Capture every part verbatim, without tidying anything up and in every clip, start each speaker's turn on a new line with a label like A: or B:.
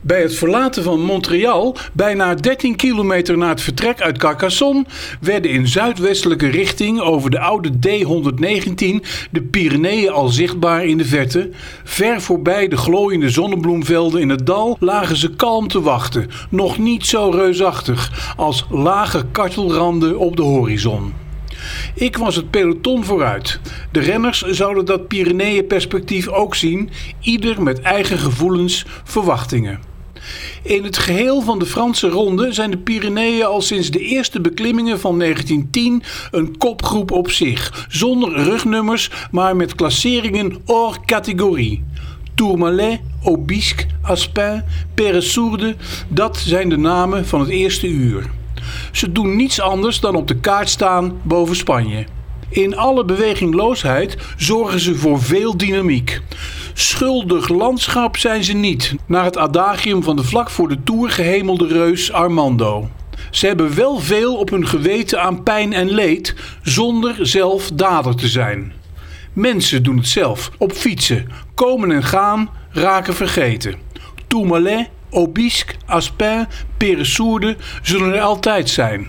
A: Bij het verlaten van Montréal, bijna dertien kilometer na het vertrek uit Carcassonne, werden in zuidwestelijke richting over de oude D honderdnegentien de Pyreneeën al zichtbaar in de verte. Ver voorbij de glooiende zonnebloemvelden in het dal lagen ze kalm te wachten, nog niet zo reusachtig als lage kartelranden op de horizon. Ik was het peloton vooruit. De renners zouden dat Pyreneeën-perspectief ook zien, ieder met eigen gevoelens, verwachtingen. In het geheel van de Franse ronde zijn de Pyreneeën al sinds de eerste beklimmingen van negentien tien een kopgroep op zich, zonder rugnummers, maar met klasseringen hors catégorie. Tourmalet, Aubisque, Aspin, Peresourde, dat zijn de namen van het eerste uur. Ze doen niets anders dan op de kaart staan boven Spanje. In alle bewegingloosheid zorgen ze voor veel dynamiek. Schuldig landschap zijn ze niet, naar het adagium van de vlak voor de Tour gehemelde reus Armando. Ze hebben wel veel op hun geweten aan pijn en leed, zonder zelf dader te zijn. Mensen doen het zelf, op fietsen, komen en gaan, raken vergeten. Tourmalet, Aubisque, Aspin, Peresourde zullen er altijd zijn.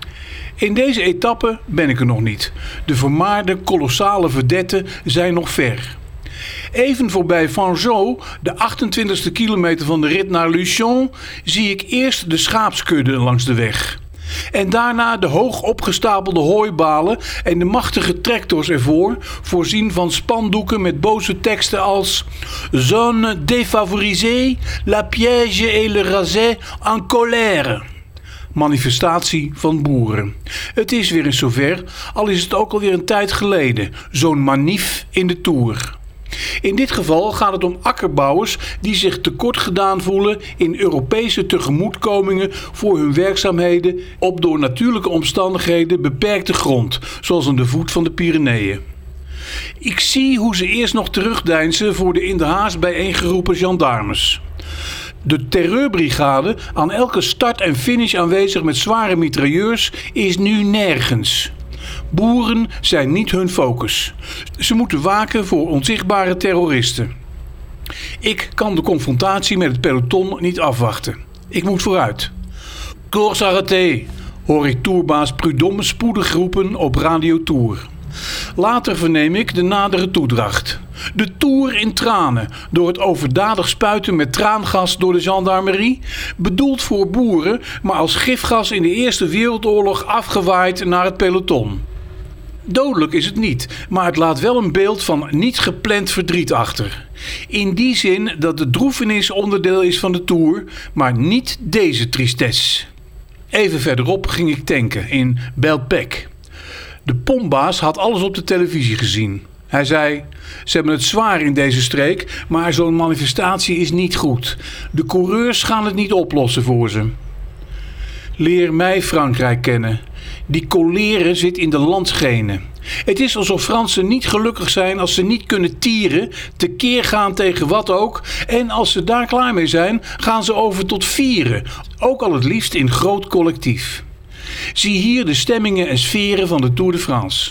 A: In deze etappe ben ik er nog niet. De vermaarde, kolossale vedetten zijn nog ver. Even voorbij Fanjeaux, de achtentwintigste kilometer van de rit naar Luchon, zie ik eerst de schaapskudde langs de weg. En daarna de hoog opgestapelde hooibalen en de machtige tractors ervoor, voorzien van spandoeken met boze teksten als Zone défavorisée, la piège et le razet en colère. Manifestatie van boeren. Het is weer eens zover, al is het ook alweer een tijd geleden, zo'n manif in de Tour. In dit geval gaat het om akkerbouwers die zich tekort gedaan voelen in Europese tegemoetkomingen voor hun werkzaamheden op door natuurlijke omstandigheden beperkte grond, zoals aan de voet van de Pyreneeën. Ik zie hoe ze eerst nog terugdeinzen voor de in de haast bijeengeroepen gendarmes. De terreurbrigade, aan elke start en finish aanwezig met zware mitrailleurs, is nu nergens. Boeren zijn niet hun focus. Ze moeten waken voor onzichtbare terroristen. Ik kan de confrontatie met het peloton niet afwachten. Ik moet vooruit. Course arrêtée, hoor ik tourbaas Prudhomme spoedig roepen op Radio Tour. Later verneem ik de nadere toedracht. De Tour in tranen, door het overdadig spuiten met traangas door de gendarmerie, bedoeld voor boeren, maar als gifgas in de Eerste Wereldoorlog afgewaaid naar het peloton. Dodelijk is het niet, maar het laat wel een beeld van niet gepland verdriet achter. In die zin dat de droefenis onderdeel is van de Tour, maar niet deze tristesse. Even verderop ging ik tanken in Belpec. De pompbaas had alles op de televisie gezien. Hij zei, ze hebben het zwaar in deze streek, maar zo'n manifestatie is niet goed. De coureurs gaan het niet oplossen voor ze. Leer mij Frankrijk kennen. Die colère zit in de landsgenen. Het is alsof Fransen niet gelukkig zijn als ze niet kunnen tieren, tekeer gaan tegen wat ook. En als ze daar klaar mee zijn, gaan ze over tot vieren. Ook al het liefst in groot collectief. Zie hier de stemmingen en sferen van de Tour de France.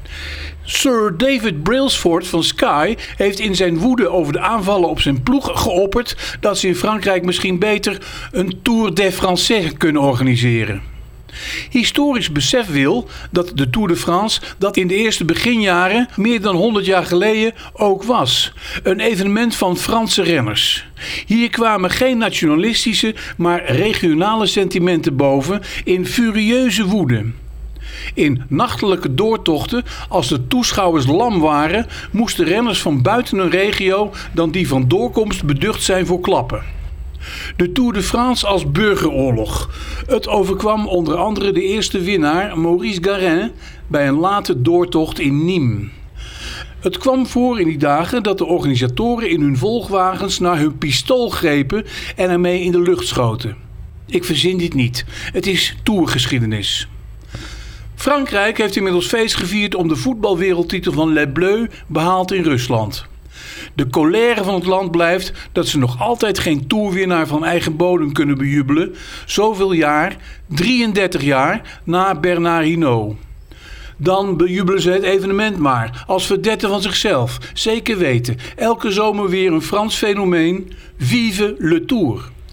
A: Sir David Brailsford van Sky heeft in zijn woede over de aanvallen op zijn ploeg geopperd dat ze in Frankrijk misschien beter een Tour des Français kunnen organiseren. Historisch besef wil dat de Tour de France dat in de eerste beginjaren, meer dan honderd jaar geleden, ook was. Een evenement van Franse renners. Hier kwamen geen nationalistische, maar regionale sentimenten boven in furieuze woede. In nachtelijke doortochten, als de toeschouwers lam waren, moesten renners van buiten een regio dan die van doorkomst beducht zijn voor klappen. De Tour de France als burgeroorlog. Het overkwam onder andere de eerste winnaar Maurice Garin bij een late doortocht in Nîmes. Het kwam voor in die dagen dat de organisatoren in hun volgwagens naar hun pistool grepen en ermee in de lucht schoten. Ik verzin dit niet. Het is tourgeschiedenis. Frankrijk heeft inmiddels feest gevierd om de voetbalwereldtitel van Les Bleus behaald in Rusland. De colère van het land blijft dat ze nog altijd geen toerwinnaar van eigen bodem kunnen bejubelen, zoveel jaar, drieëndertig jaar, na Bernard Hinault. Dan bejubelen ze het evenement maar, als vedette van zichzelf, zeker weten. Elke zomer weer een Frans fenomeen, vive le Tour.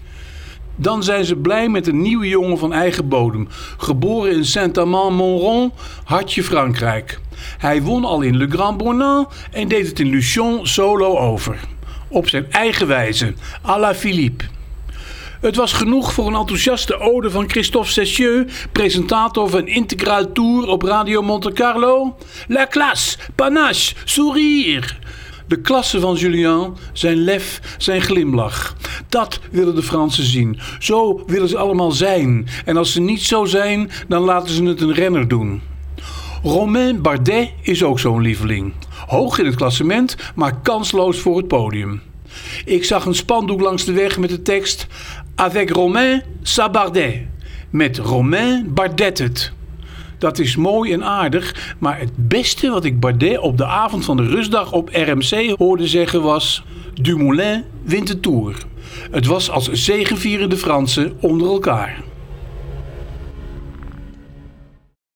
A: Dan zijn ze blij met een nieuwe jongen van eigen bodem. Geboren in Saint-Amand-Montrond, hartje Frankrijk. Hij won al in Le Grand Bornand en deed het in Luchon solo over. Op zijn eigen wijze, à la Philippe. Het was genoeg voor een enthousiaste ode van Christophe Cessieux, presentator van Integral Tour op Radio Monte Carlo. La classe, panache, sourire. De klasse van Julien, zijn lef, zijn glimlach. Dat willen de Fransen zien. Zo willen ze allemaal zijn. En als ze niet zo zijn, dan laten ze het een renner doen. Romain Bardet is ook zo'n lieveling. Hoog in het klassement, maar kansloos voor het podium. Ik zag een spandoek langs de weg met de tekst Avec Romain, ça Bardet. Met Romain Bardet het. Dat is mooi en aardig, maar het beste wat ik Bardet op de avond van de rustdag op R M C hoorde zeggen was: Dumoulin wint de Tour. Het was als zegevierende Fransen onder elkaar.